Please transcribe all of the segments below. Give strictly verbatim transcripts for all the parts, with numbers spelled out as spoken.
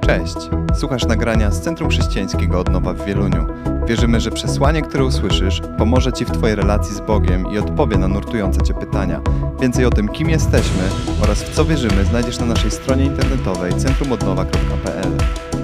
Cześć! Słuchasz nagrania z Centrum Chrześcijańskiego Odnowa w Wieluniu. Wierzymy, że przesłanie, które usłyszysz, pomoże Ci w Twojej relacji z Bogiem i odpowie na nurtujące Cię pytania. Więcej o tym, kim jesteśmy oraz w co wierzymy, znajdziesz na naszej stronie internetowej centrum odnowa kropka p l.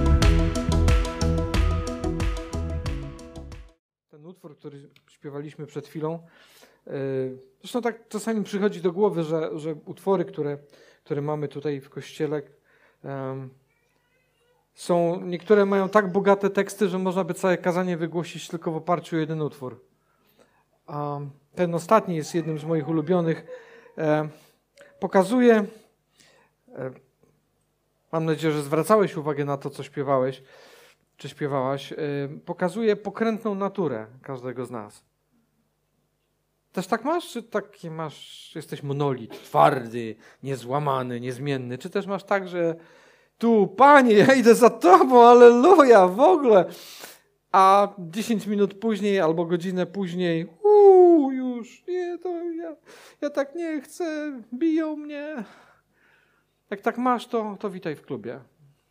Ten utwór, który śpiewaliśmy przed chwilą, zresztą tak czasami przychodzi do głowy, że, że utwory, które, które mamy tutaj w kościele, um, są, niektóre mają tak bogate teksty, że można by całe kazanie wygłosić tylko w oparciu o jeden utwór. Um, ten ostatni jest jednym z moich ulubionych. E, pokazuje, e, mam nadzieję, że zwracałeś uwagę na to, co śpiewałeś, czy śpiewałaś, e, pokazuje pokrętną naturę każdego z nas. Też tak masz? Czy taki masz, jesteś monolit, twardy, niezłamany, niezmienny? Czy też masz tak, że tu, Panie, ja idę za Tobą, alleluja, w ogóle. A dziesięć minut później albo godzinę później, uuu, już, nie, to ja, ja tak nie chcę, biją mnie. Jak tak masz, to, to witaj w klubie.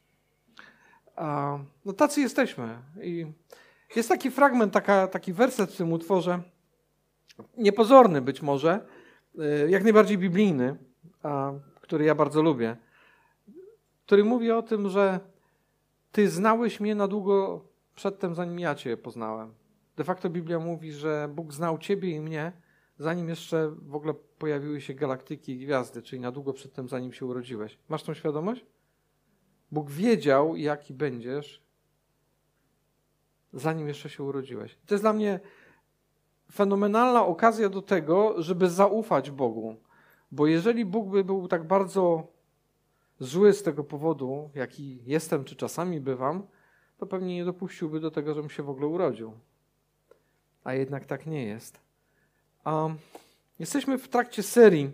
A, no tacy jesteśmy. I jest taki fragment, taka, taki werset w tym utworze, niepozorny być może, jak najbardziej biblijny, a, który ja bardzo lubię, który mówi o tym, że Ty znałeś mnie na długo przedtem, zanim ja Cię poznałem. De facto Biblia mówi, że Bóg znał Ciebie i mnie, zanim jeszcze w ogóle pojawiły się galaktyki i gwiazdy, czyli na długo przedtem, zanim się urodziłeś. Masz tą świadomość? Bóg wiedział, jaki będziesz, zanim jeszcze się urodziłeś. To jest dla mnie fenomenalna okazja do tego, żeby zaufać Bogu. Bo jeżeli Bóg by był tak bardzo zły z tego powodu, jaki jestem, czy czasami bywam, to pewnie nie dopuściłby do tego, żebym się w ogóle urodził. A jednak tak nie jest. Um, jesteśmy w trakcie serii,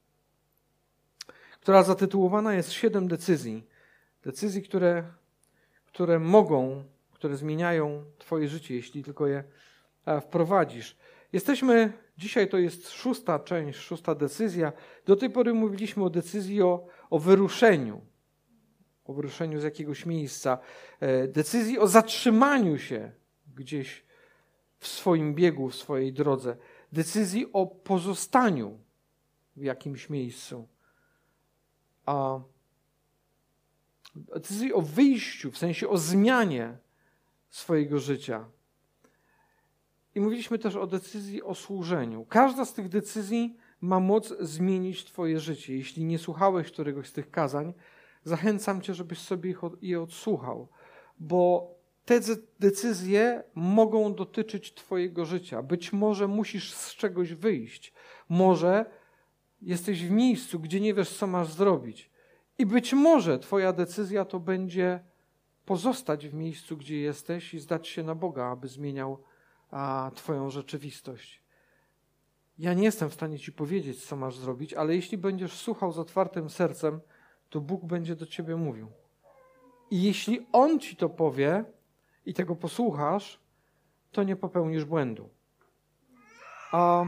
która zatytułowana jest Siedem decyzji. Decyzji, które, które mogą, które zmieniają Twoje życie, jeśli tylko je wprowadzisz. Jesteśmy, dzisiaj to jest szósta część, szósta decyzja. Do tej pory mówiliśmy o decyzji o, o wyruszeniu. O wyruszeniu z jakiegoś miejsca. Decyzji o zatrzymaniu się gdzieś w swoim biegu, w swojej drodze. Decyzji o pozostaniu w jakimś miejscu. A decyzji o wyjściu, w sensie o zmianie swojego życia. I mówiliśmy też o decyzji o służeniu. Każda z tych decyzji ma moc zmienić Twoje życie. Jeśli nie słuchałeś któregoś z tych kazań, zachęcam Cię, żebyś sobie je odsłuchał, bo te decyzje mogą dotyczyć Twojego życia. Być może musisz z czegoś wyjść. Może jesteś w miejscu, gdzie nie wiesz, co masz zrobić. I być może Twoja decyzja to będzie pozostać w miejscu, gdzie jesteś i zdać się na Boga, aby zmieniał a, Twoją rzeczywistość. Ja nie jestem w stanie Ci powiedzieć, co masz zrobić, ale jeśli będziesz słuchał z otwartym sercem, to Bóg będzie do Ciebie mówił. I jeśli On Ci to powie i tego posłuchasz, to nie popełnisz błędu. A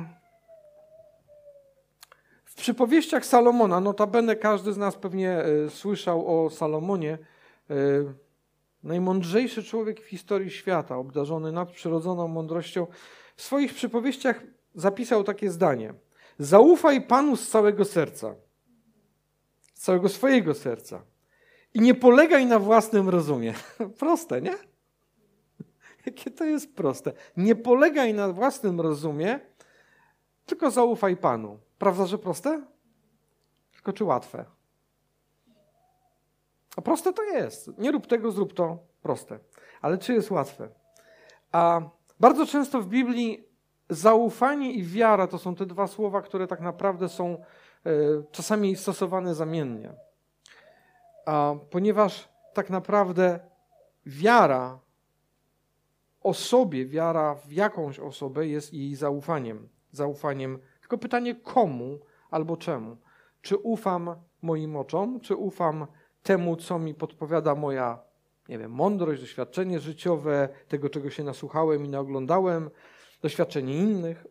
w przypowieściach Salomona, notabene każdy z nas pewnie y, słyszał o Salomonie, y, najmądrzejszy człowiek w historii świata, obdarzony nadprzyrodzoną mądrością, w swoich przypowieściach zapisał takie zdanie: zaufaj Panu z całego serca, z całego swojego serca i nie polegaj na własnym rozumie. Proste, nie? Jakie to jest proste. Nie polegaj na własnym rozumie, tylko zaufaj Panu. Prawda, że proste? Tylko czy łatwe? A proste to jest. Nie rób tego, zrób to. Proste. Ale czy jest łatwe? A bardzo często w Biblii zaufanie i wiara to są te dwa słowa, które tak naprawdę są y, czasami stosowane zamiennie. A ponieważ tak naprawdę wiara osobie, wiara w jakąś osobę jest jej zaufaniem. Zaufaniem. Tylko pytanie komu albo czemu. Czy ufam moim oczom, czy ufam temu, co mi podpowiada moja, nie wiem, mądrość, doświadczenie życiowe, tego, czego się nasłuchałem i naoglądałem, doświadczenie innych.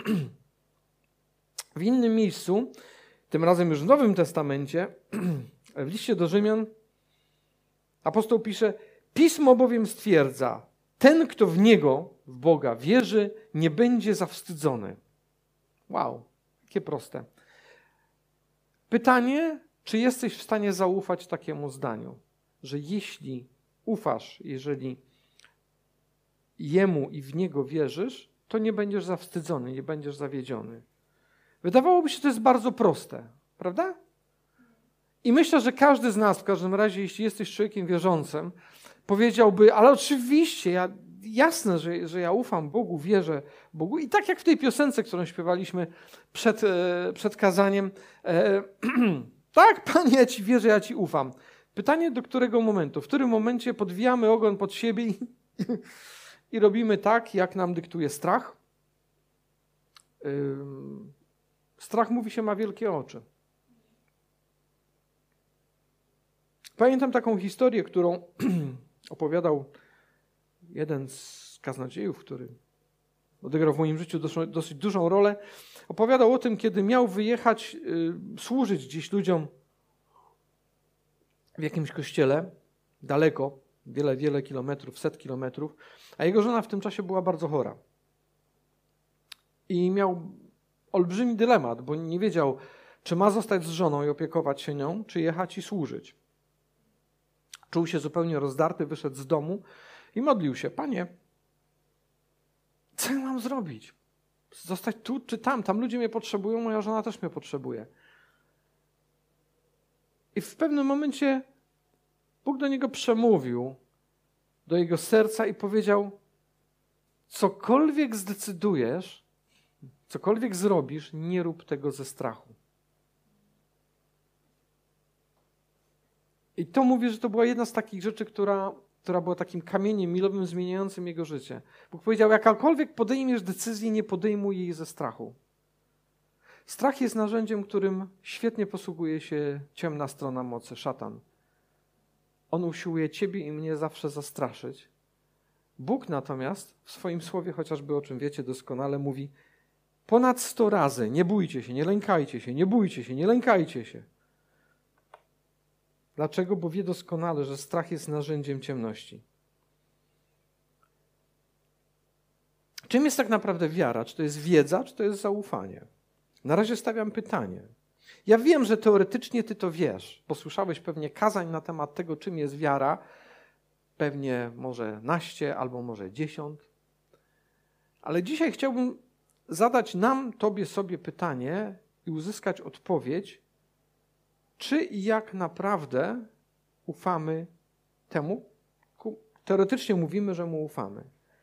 W innym miejscu, tym razem już w Nowym Testamencie, w liście do Rzymian, Apostoł pisze, Pismo bowiem stwierdza, ten, kto w Niego, w Boga wierzy, nie będzie zawstydzony. Wow, jakie proste. Pytanie, czy jesteś w stanie zaufać takiemu zdaniu, że jeśli ufasz, jeżeli Jemu i w Niego wierzysz, to nie będziesz zawstydzony, nie będziesz zawiedziony. Wydawałoby się, że to jest bardzo proste, prawda? I myślę, że każdy z nas, w każdym razie, jeśli jesteś człowiekiem wierzącym, powiedziałby, ale oczywiście, ja, jasne, że, że ja ufam Bogu, wierzę Bogu. I tak jak w tej piosence, którą śpiewaliśmy przed, e, przed kazaniem, e, tak, Panie, ja Ci wierzę, ja Ci ufam. Pytanie, do którego momentu? W którym momencie podwijamy ogon pod siebie i, i robimy tak, jak nam dyktuje strach? Ym, strach, mówi się, ma wielkie oczy. Pamiętam taką historię, którą opowiadał jeden z kaznodziejów, który odegrał w moim życiu dosyć, dosyć dużą rolę. Opowiadał o tym, kiedy miał wyjechać, y, służyć gdzieś ludziom w jakimś kościele, daleko, wiele, wiele kilometrów, set kilometrów, a jego żona w tym czasie była bardzo chora. I miał olbrzymi dylemat, bo nie wiedział, czy ma zostać z żoną i opiekować się nią, czy jechać i służyć. Czuł się zupełnie rozdarty, wyszedł z domu i modlił się. Panie, co ja mam zrobić? Zostać tu czy tam? Tam ludzie mnie potrzebują, moja żona też mnie potrzebuje. I w pewnym momencie Bóg do niego przemówił, do jego serca i powiedział, cokolwiek zdecydujesz, cokolwiek zrobisz, nie rób tego ze strachu. I to mówię, że to była jedna z takich rzeczy, która, która była takim kamieniem milowym, zmieniającym jego życie. Bóg powiedział, jakakolwiek podejmiesz decyzję, nie podejmuj jej ze strachu. Strach jest narzędziem, którym świetnie posługuje się ciemna strona mocy, szatan. On usiłuje ciebie i mnie zawsze zastraszyć. Bóg natomiast w swoim słowie, chociażby o czym wiecie doskonale, mówi ponad sto razy, nie bójcie się, nie lękajcie się, nie bójcie się, nie lękajcie się. Dlaczego? Bo wie doskonale, że strach jest narzędziem ciemności. Czym jest tak naprawdę wiara? Czy to jest wiedza, czy to jest zaufanie? Na razie stawiam pytanie. Ja wiem, że teoretycznie ty to wiesz, bo słyszałeś pewnie kazań na temat tego, czym jest wiara, pewnie może naście albo może dziesiąt. Ale dzisiaj chciałbym zadać nam, tobie, sobie pytanie i uzyskać odpowiedź, czy i jak naprawdę ufamy temu, teoretycznie mówimy, że mu ufamy.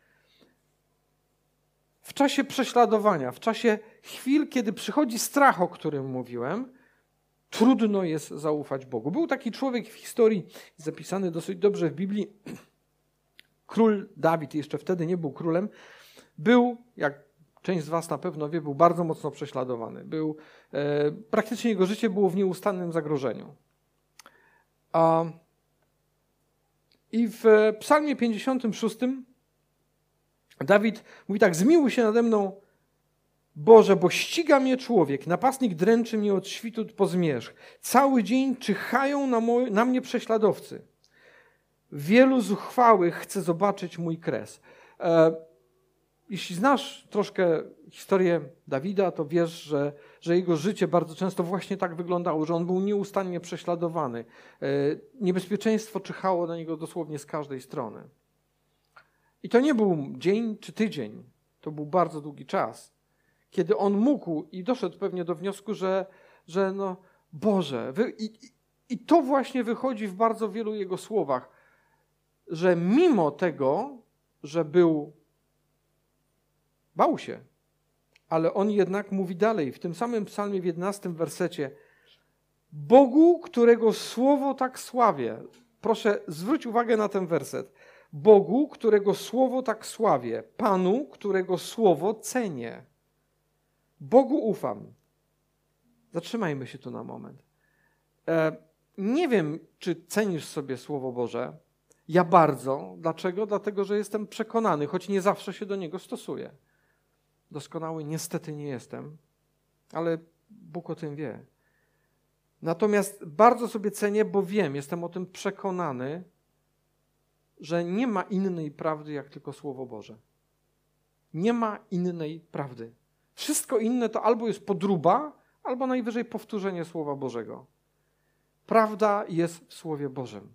W czasie prześladowania, w czasie chwil, kiedy przychodzi strach, o którym mówiłem, trudno jest zaufać Bogu. Był taki człowiek w historii, zapisany dosyć dobrze w Biblii, król Dawid, jeszcze wtedy nie był królem, był, jak część z was na pewno wie, był bardzo mocno prześladowany. Był, e, praktycznie jego życie było w nieustannym zagrożeniu. A, I w psalmie pięćdziesiątym szóstym Dawid mówi tak, zmiłuj się nade mną, Boże, bo ściga mnie człowiek, napastnik dręczy mnie od świtu po zmierzch. Cały dzień czyhają na, moj, na mnie prześladowcy. Wielu zuchwałych chce zobaczyć mój kres. E, Jeśli znasz troszkę historię Dawida, to wiesz, że, że jego życie bardzo często właśnie tak wyglądało, że on był nieustannie prześladowany. Niebezpieczeństwo czyhało na niego dosłownie z każdej strony. I to nie był dzień czy tydzień, to był bardzo długi czas, kiedy on mógł i doszedł pewnie do wniosku, że, że no Boże, wy, i, i to właśnie wychodzi w bardzo wielu jego słowach, że mimo tego, że był bał się, ale on jednak mówi dalej, w tym samym psalmie w jedenastym wersecie, Bogu, którego słowo tak sławię. Proszę, zwróć uwagę na ten werset. Bogu, którego słowo tak sławię. Panu, którego słowo cenię. Bogu ufam. Zatrzymajmy się tu na moment. E, nie wiem, czy cenisz sobie Słowo Boże. Ja bardzo. Dlaczego? Dlatego, że jestem przekonany, choć nie zawsze się do niego stosuję. Doskonały niestety nie jestem, ale Bóg o tym wie. Natomiast bardzo sobie cenię, bo wiem, jestem o tym przekonany, że nie ma innej prawdy jak tylko Słowo Boże. Nie ma innej prawdy. Wszystko inne to albo jest podróba, albo najwyżej powtórzenie Słowa Bożego. Prawda jest w Słowie Bożym.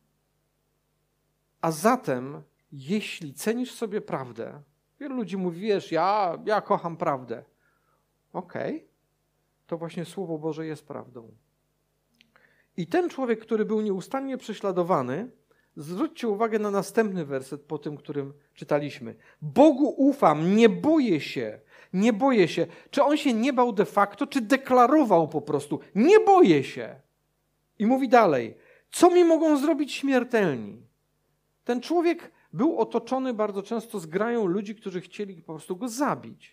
A zatem, jeśli cenisz sobie prawdę, wielu ludzi mówi, wiesz, ja, ja kocham prawdę. Okej, okay. To właśnie Słowo Boże jest prawdą. I ten człowiek, który był nieustannie prześladowany, zwróćcie uwagę na następny werset po tym, którym czytaliśmy. Bogu ufam, nie boję się, nie boję się. Czy on się nie bał de facto, czy deklarował po prostu? Nie boję się. I mówi dalej, co mi mogą zrobić śmiertelni? Ten człowiek był otoczony bardzo często zgrają ludzi, którzy chcieli po prostu go zabić.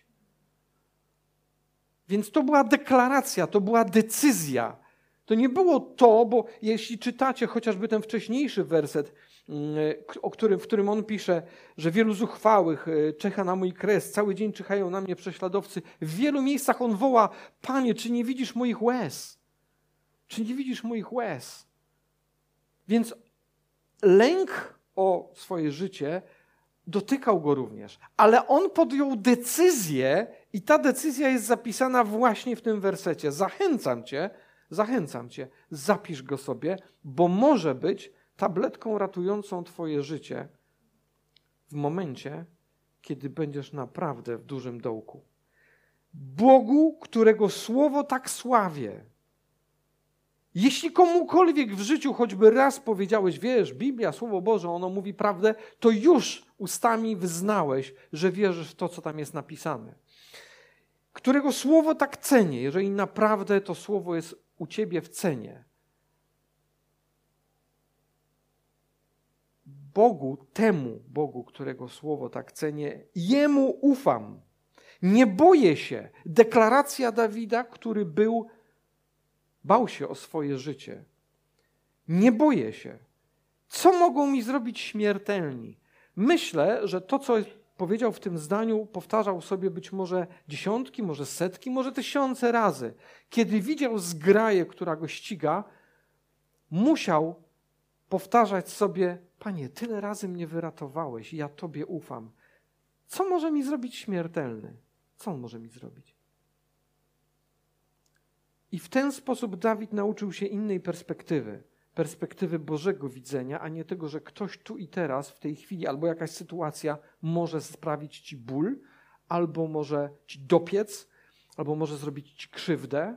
Więc to była deklaracja, to była decyzja. To nie było to, bo jeśli czytacie chociażby ten wcześniejszy werset, o którym, w którym on pisze, że wielu zuchwałych czeka na mój kres, cały dzień czyhają na mnie prześladowcy. W wielu miejscach on woła, Panie, czy nie widzisz moich łez? Czy nie widzisz moich łez? Więc lęk o swoje życie dotykał go również. Ale on podjął decyzję i ta decyzja jest zapisana właśnie w tym wersecie. Zachęcam cię, zachęcam cię, zapisz go sobie, bo może być tabletką ratującą twoje życie w momencie, kiedy będziesz naprawdę w dużym dołku. Bogu, którego słowo tak sławię. Jeśli komukolwiek w życiu choćby raz powiedziałeś, wiesz, Biblia, Słowo Boże, ono mówi prawdę, to już ustami wyznałeś, że wierzysz w to, co tam jest napisane. Którego słowo tak cenię, jeżeli naprawdę to słowo jest u ciebie w cenie. Bogu, temu Bogu, którego słowo tak cenię, Jemu ufam. Nie boję się. Deklaracja Dawida, który był, bał się o swoje życie. Nie boję się. Co mogą mi zrobić śmiertelni? Myślę, że to, co powiedział w tym zdaniu, powtarzał sobie być może dziesiątki, może setki, może tysiące razy. Kiedy widział zgraję, która go ściga, musiał powtarzać sobie, Panie, tyle razy mnie wyratowałeś i ja Tobie ufam. Co może mi zrobić śmiertelny? Co on może mi zrobić? I w ten sposób Dawid nauczył się innej perspektywy. Perspektywy Bożego widzenia, a nie tego, że ktoś tu i teraz, w tej chwili, albo jakaś sytuacja może sprawić ci ból, albo może ci dopiec, albo może zrobić ci krzywdę.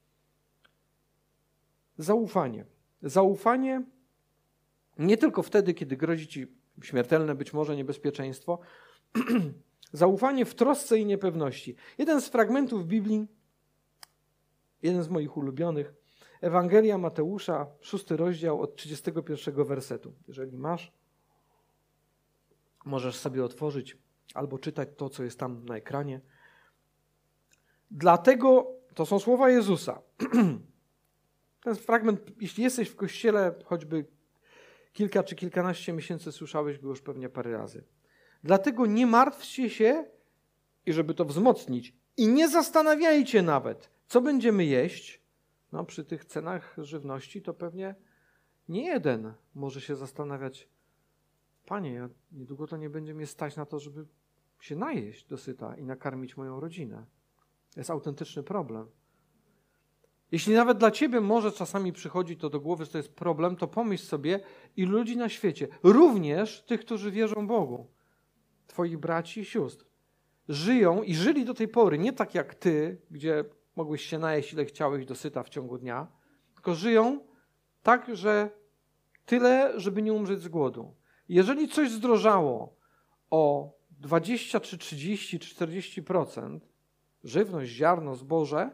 Zaufanie. Zaufanie nie tylko wtedy, kiedy grozi ci śmiertelne być może niebezpieczeństwo. Zaufanie w trosce i niepewności. Jeden z fragmentów Biblii, jeden z moich ulubionych, Ewangelia Mateusza, szósty rozdział od trzydziestego pierwszego wersetu. Jeżeli masz, możesz sobie otworzyć albo czytać to, co jest tam na ekranie. Dlatego, to są słowa Jezusa. Ten fragment, jeśli jesteś w kościele choćby kilka czy kilkanaście miesięcy, słyszałeś go już pewnie parę razy. Dlatego nie martwcie się, i żeby to wzmocnić, i nie zastanawiajcie nawet, co będziemy jeść. No, przy tych cenach żywności to pewnie nie jeden może się zastanawiać, Panie, ja niedługo to nie będzie mnie stać na to, żeby się najeść dosyta i nakarmić moją rodzinę. To jest autentyczny problem. Jeśli nawet dla ciebie może czasami przychodzi to do głowy, że to jest problem, to pomyśl sobie, ilu ludzi na świecie, również tych, którzy wierzą Bogu, twoich braci i sióstr, żyją i żyli do tej pory nie tak jak ty, gdzie mogłeś się najeść ile chciałeś dosyta w ciągu dnia, tylko żyją tak, że tyle, żeby nie umrzeć z głodu. Jeżeli coś zdrożało o dwadzieścia, czy trzydzieści, czy czterdzieści procent, żywność, ziarno, zboże,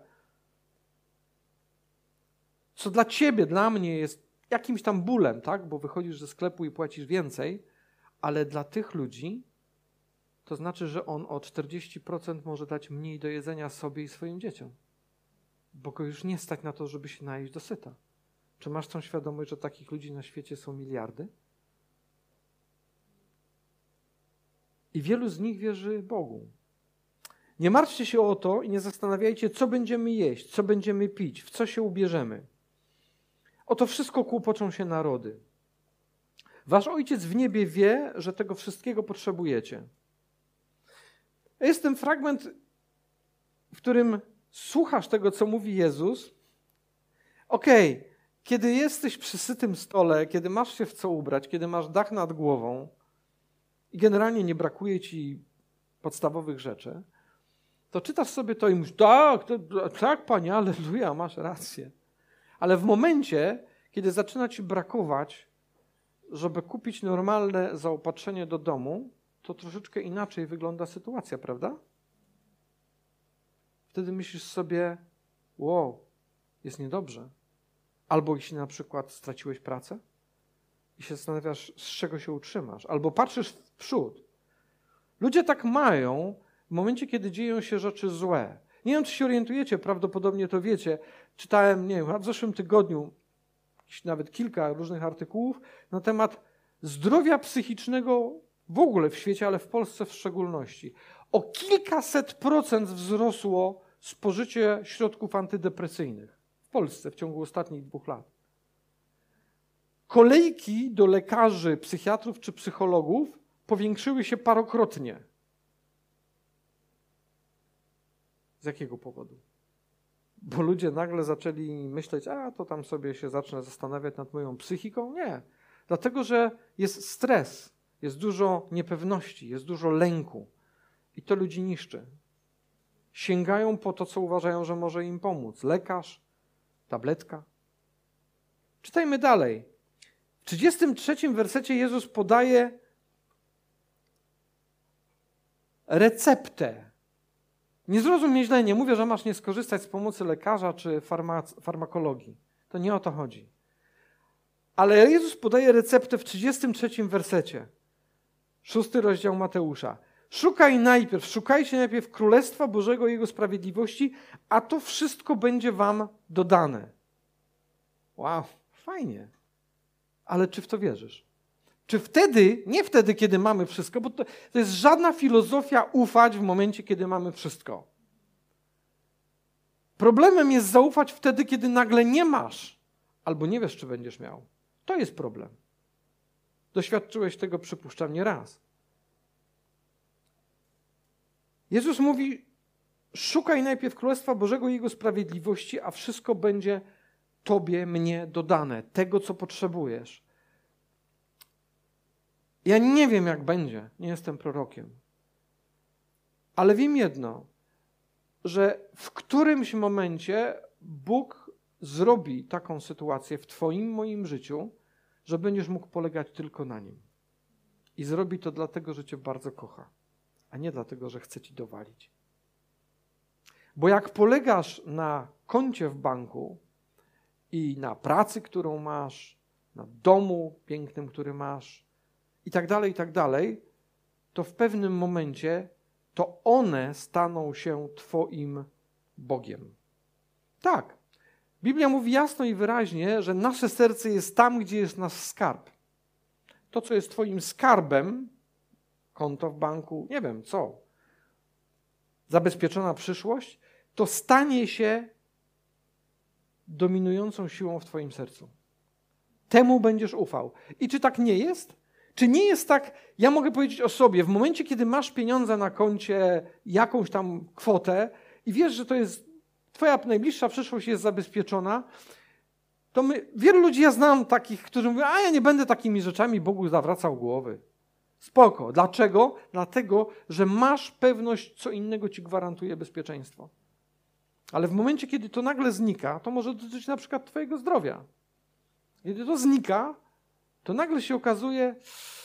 co dla ciebie, dla mnie jest jakimś tam bólem, tak? Bo wychodzisz ze sklepu i płacisz więcej, ale dla tych ludzi to znaczy, że on o czterdzieści procent może dać mniej do jedzenia sobie i swoim dzieciom. Bo go już nie stać na to, żeby się najeść dosyta. Czy masz tą świadomość, że takich ludzi na świecie są miliardy? I wielu z nich wierzy Bogu. Nie martwcie się o to i nie zastanawiajcie, co będziemy jeść, co będziemy pić, w co się ubierzemy. O to wszystko kłopoczą się narody. Wasz Ojciec w niebie wie, że tego wszystkiego potrzebujecie. Jest ten fragment, w którym słuchasz tego, co mówi Jezus. Okej, okay, kiedy jesteś przy sytym stole, kiedy masz się w co ubrać, kiedy masz dach nad głową i generalnie nie brakuje ci podstawowych rzeczy, to czytasz sobie to i mówisz, tak, to, tak, Panie, alleluja, masz rację. Ale w momencie, kiedy zaczyna ci brakować, żeby kupić normalne zaopatrzenie do domu, to troszeczkę inaczej wygląda sytuacja, prawda? Wtedy myślisz sobie, wow, jest niedobrze. Albo jeśli na przykład straciłeś pracę i się zastanawiasz, z czego się utrzymasz. Albo patrzysz w przód. Ludzie tak mają w momencie, kiedy dzieją się rzeczy złe. Nie wiem, czy się orientujecie, prawdopodobnie to wiecie. Czytałem, nie wiem, w zeszłym tygodniu nawet kilka różnych artykułów na temat zdrowia psychicznego w ogóle w świecie, ale w Polsce w szczególności. O kilkaset procent wzrosło spożycie środków antydepresyjnych w Polsce w ciągu ostatnich dwóch lat. Kolejki do lekarzy, psychiatrów czy psychologów powiększyły się parokrotnie. Z jakiego powodu? Bo ludzie nagle zaczęli myśleć, a to tam sobie się zacznę zastanawiać nad moją psychiką. Nie. Dlatego, że jest stres, jest dużo niepewności, jest dużo lęku. I to ludzi niszczy. Sięgają po to, co uważają, że może im pomóc. Lekarz, tabletka. Czytajmy dalej. W trzydziestym trzecim wersecie Jezus podaje receptę. Nie zrozum mnie źle, nie mówię, że masz nie skorzystać z pomocy lekarza czy farmac- farmakologii. To nie o to chodzi. Ale Jezus podaje receptę w trzydziestym trzecim wersecie. Szósty rozdział Mateusza. Szukaj najpierw, szukajcie najpierw Królestwa Bożego i Jego sprawiedliwości, a to wszystko będzie wam dodane. Wow, fajnie. Ale czy w to wierzysz? Czy wtedy, nie wtedy, kiedy mamy wszystko, bo to, to jest żadna filozofia ufać w momencie, kiedy mamy wszystko. Problemem jest zaufać wtedy, kiedy nagle nie masz, albo nie wiesz, czy będziesz miał. To jest problem. Doświadczyłeś tego, przypuszczam, nie raz. Jezus mówi, szukaj najpierw Królestwa Bożego i Jego sprawiedliwości, a wszystko będzie tobie, mnie dodane, tego, co potrzebujesz. Ja nie wiem, jak będzie, nie jestem prorokiem. Ale wiem jedno, że w którymś momencie Bóg zrobi taką sytuację w twoim, moim życiu, że będziesz mógł polegać tylko na Nim. I zrobi to dlatego, że cię bardzo kocha, a nie dlatego, że chce ci dowalić. Bo jak polegasz na koncie w banku i na pracy, którą masz, na domu pięknym, który masz, i tak dalej, i tak dalej, to w pewnym momencie to one staną się twoim Bogiem. Tak, Biblia mówi jasno i wyraźnie, że nasze serce jest tam, gdzie jest nasz skarb. To, co jest twoim skarbem, konto w banku, nie wiem co, zabezpieczona przyszłość, to stanie się dominującą siłą w twoim sercu. Temu będziesz ufał. I czy tak nie jest? Czy nie jest tak, ja mogę powiedzieć o sobie, w momencie, kiedy masz pieniądze na koncie, jakąś tam kwotę i wiesz, że to jest, twoja najbliższa przyszłość jest zabezpieczona, to my, wielu ludzi ja znam takich, którzy mówią, a ja nie będę takimi rzeczami Bogu zawracał głowy. Spoko. Dlaczego? Dlatego, że masz pewność, co innego ci gwarantuje bezpieczeństwo. Ale w momencie, kiedy to nagle znika, to może dotyczyć na przykład twojego zdrowia. Kiedy to znika, to nagle się okazuje,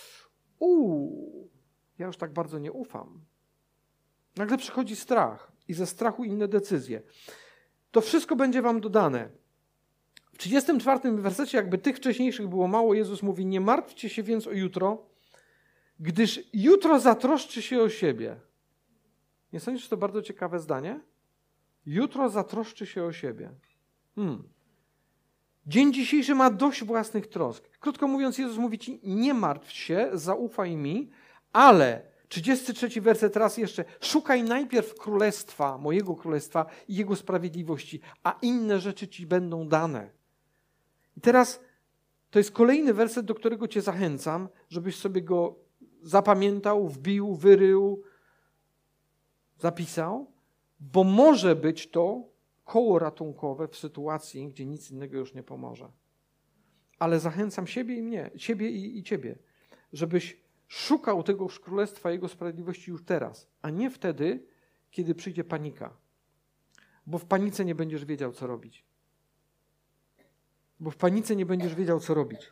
uuu, ja już tak bardzo nie ufam. Nagle przychodzi strach i ze strachu inne decyzje. To wszystko będzie wam dodane. W trzydziestym czwartym wersecie, jakby tych wcześniejszych było mało, Jezus mówi, nie martwcie się więc o jutro, gdyż jutro zatroszczy się o siebie. Nie sądzisz, że to bardzo ciekawe zdanie? Jutro zatroszczy się o siebie. Hmm. Dzień dzisiejszy ma dość własnych trosk. Krótko mówiąc, Jezus mówi ci, nie martw się, zaufaj mi, ale, trzydziesty trzeci werset raz jeszcze, szukaj najpierw królestwa, mojego królestwa i Jego sprawiedliwości, a inne rzeczy ci będą dane. I teraz To jest kolejny werset, do którego cię zachęcam, żebyś sobie go zapamiętał, wbił, wyrył, zapisał, bo może być to koło ratunkowe w sytuacji, gdzie nic innego już nie pomoże. Ale zachęcam siebie i mnie, siebie i, i ciebie, żebyś szukał tego Królestwa, Jego sprawiedliwości już teraz, a nie wtedy, kiedy przyjdzie panika. Bo w panice nie będziesz wiedział, co robić. Bo w panice nie będziesz wiedział, co robić.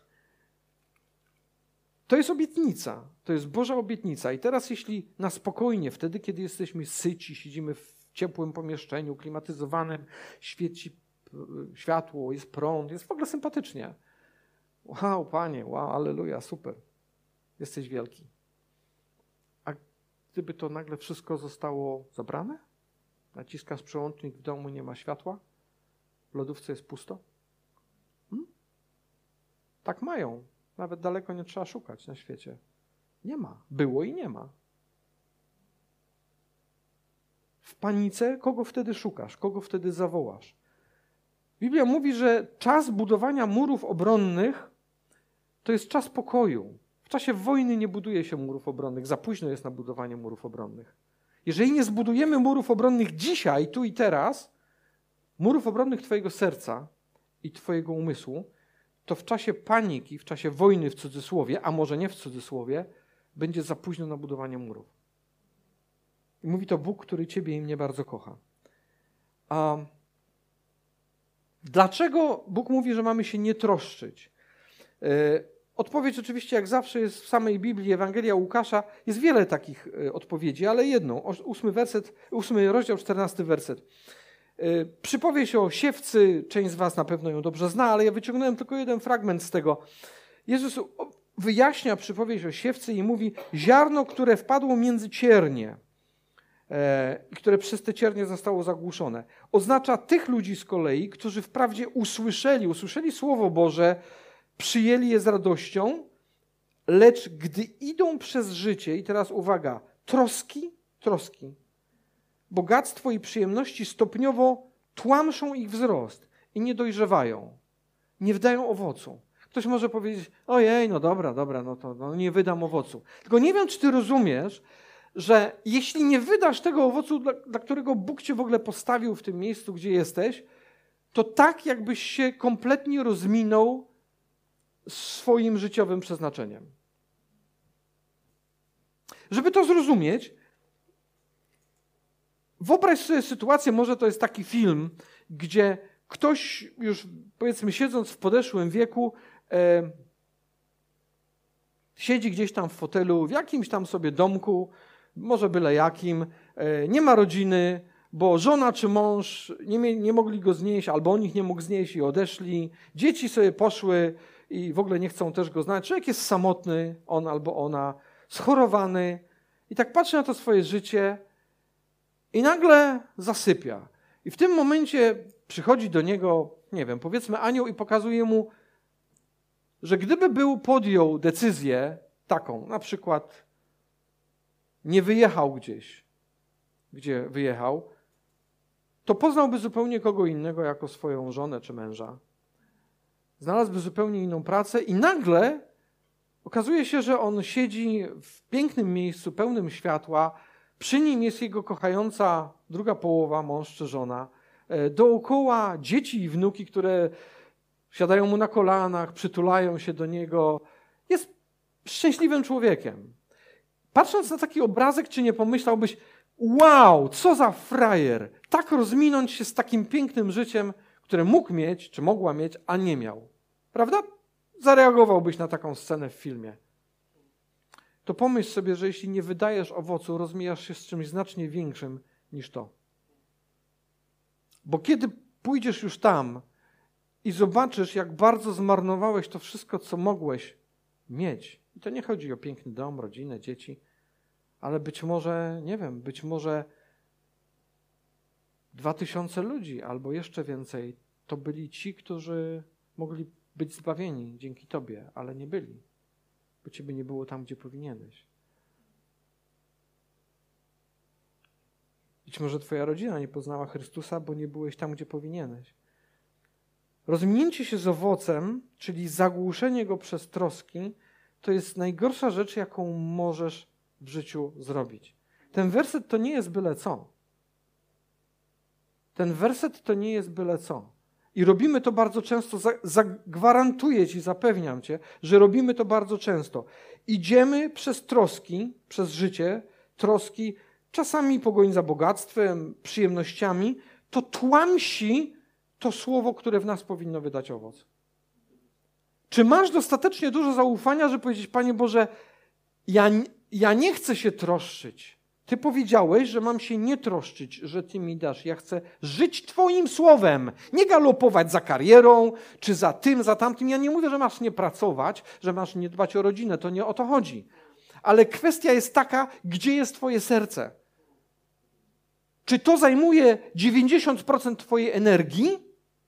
To jest obietnica. To jest Boża obietnica. I teraz jeśli na spokojnie, wtedy, kiedy jesteśmy syci, siedzimy w ciepłym pomieszczeniu, klimatyzowanym, świeci światło, jest prąd, jest w ogóle sympatycznie. Wow, Panie, wow, alleluja, super. Jesteś wielki. A gdyby to nagle wszystko zostało zabrane? Naciskasz przełącznik, w domu nie ma światła? W lodówce jest pusto? Hmm? Tak mają. Nawet daleko nie trzeba szukać na świecie. Nie ma. Było i nie ma. W panice kogo wtedy szukasz? Kogo wtedy zawołasz? Biblia mówi, że czas budowania murów obronnych to jest czas pokoju. W czasie wojny nie buduje się murów obronnych. Za późno jest na budowanie murów obronnych. Jeżeli nie zbudujemy murów obronnych dzisiaj, tu i teraz, murów obronnych twojego serca i twojego umysłu, to w czasie paniki, w czasie wojny w cudzysłowie, a może nie w cudzysłowie, będzie za późno na budowanie murów. I mówi to Bóg, który ciebie i mnie bardzo kocha. A dlaczego Bóg mówi, że mamy się nie troszczyć? Odpowiedź oczywiście, jak zawsze, jest w samej Biblii, Ewangelia Łukasza. Jest wiele takich odpowiedzi, ale jedną. Ósmy werset, ósmy rozdział, czternasty werset. Przypowieść o siewcy, część z was na pewno ją dobrze zna, ale ja wyciągnąłem tylko jeden fragment z tego. Jezus wyjaśnia przypowieść o siewcy i mówi: ziarno, które wpadło między ciernie, e, które przez te ciernie zostało zagłuszone. Oznacza tych ludzi z kolei, którzy wprawdzie usłyszeli, usłyszeli Słowo Boże, przyjęli je z radością, lecz gdy idą przez życie, i teraz uwaga, troski, troski, bogactwo i przyjemności stopniowo tłamszą ich wzrost i nie dojrzewają, nie wydają owocu. Ktoś może powiedzieć: ojej, no dobra, dobra, no to no nie wydam owocu. Tylko nie wiem, czy ty rozumiesz, że jeśli nie wydasz tego owocu, dla, dla którego Bóg cię w ogóle postawił w tym miejscu, gdzie jesteś, to tak jakbyś się kompletnie rozminął swoim życiowym przeznaczeniem. Żeby to zrozumieć, wyobraź sobie sytuację, może to jest taki film, gdzie ktoś już, powiedzmy, siedząc w podeszłym wieku, e, siedzi gdzieś tam w fotelu, w jakimś tam sobie domku, może byle jakim, e, nie ma rodziny, bo żona czy mąż nie, mie- nie mogli go znieść, albo on ich nie mógł znieść i odeszli. Dzieci sobie poszły i w ogóle nie chcą też go znać. Człowiek jest samotny, on albo ona, schorowany i tak patrzy na to swoje życie i nagle zasypia. I w tym momencie przychodzi do niego, nie wiem, powiedzmy anioł i pokazuje mu, że gdyby był podjął decyzję taką, na przykład nie wyjechał gdzieś, gdzie wyjechał, to poznałby zupełnie kogo innego jako swoją żonę czy męża. Znalazłby zupełnie inną pracę i nagle okazuje się, że on siedzi w pięknym miejscu, pełnym światła, przy nim jest jego kochająca druga połowa, mąż czy żona, dookoła dzieci i wnuki, które siadają mu na kolanach, przytulają się do niego. Jest szczęśliwym człowiekiem. Patrząc na taki obrazek, czy nie pomyślałbyś: wow, co za frajer, tak rozminąć się z takim pięknym życiem, które mógł mieć, czy mogła mieć, a nie miał. Prawda? Zareagowałbyś na taką scenę w filmie. To pomyśl sobie, że jeśli nie wydajesz owocu, rozmijasz się z czymś znacznie większym niż to. Bo kiedy pójdziesz już tam i zobaczysz, jak bardzo zmarnowałeś to wszystko, co mogłeś mieć, i to nie chodzi o piękny dom, rodzinę, dzieci, ale być może, nie wiem, być może dwa tysiące ludzi albo jeszcze więcej to byli ci, którzy mogli być zbawieni dzięki Tobie, ale nie byli, bo Ciebie nie było tam, gdzie powinieneś. Być może Twoja rodzina nie poznała Chrystusa, bo nie byłeś tam, gdzie powinieneś. Rozminięcie się z owocem, czyli zagłuszenie go przez troski, to jest najgorsza rzecz, jaką możesz w życiu zrobić. Ten werset to nie jest byle co. Ten werset to nie jest byle co. I robimy to bardzo często, zagwarantuję ci, zapewniam cię, że robimy to bardzo często. Idziemy przez troski, przez życie, troski, czasami pogoń za bogactwem, przyjemnościami, to tłamsi to słowo, które w nas powinno wydać owoc. Czy masz dostatecznie dużo zaufania, żeby powiedzieć, Panie Boże, ja, ja nie chcę się troszczyć. Ty powiedziałeś, że mam się nie troszczyć, że Ty mi dasz. Ja chcę żyć Twoim słowem, nie galopować za karierą, czy za tym, za tamtym. Ja nie mówię, że masz nie pracować, że masz nie dbać o rodzinę, to nie o to chodzi. Ale kwestia jest taka, gdzie jest Twoje serce. Czy to zajmuje dziewięćdziesiąt procent Twojej energii?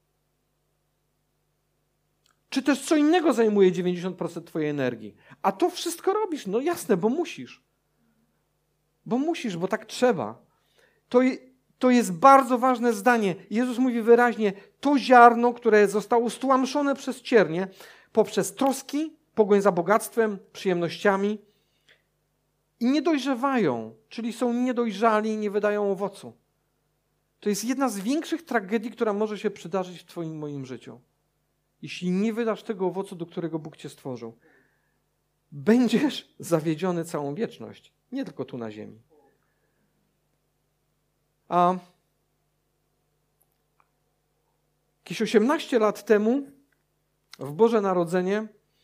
Czy też co innego zajmuje dziewięćdziesiąt procent Twojej energii? A to wszystko robisz, no jasne, bo musisz. Bo musisz, bo tak trzeba. To, je, to jest bardzo ważne zdanie. Jezus mówi wyraźnie, to ziarno, które zostało stłamszone przez ciernie, poprzez troski, pogoń za bogactwem, przyjemnościami i nie dojrzewają, czyli są niedojrzali i nie wydają owocu. To jest jedna z większych tragedii, która może się przydarzyć w Twoim moim życiu. Jeśli nie wydasz tego owocu, do którego Bóg Cię stworzył, będziesz zawiedziony całą wieczność, nie tylko tu na ziemi. A jakieś osiemnaście lat temu w Boże Narodzenie,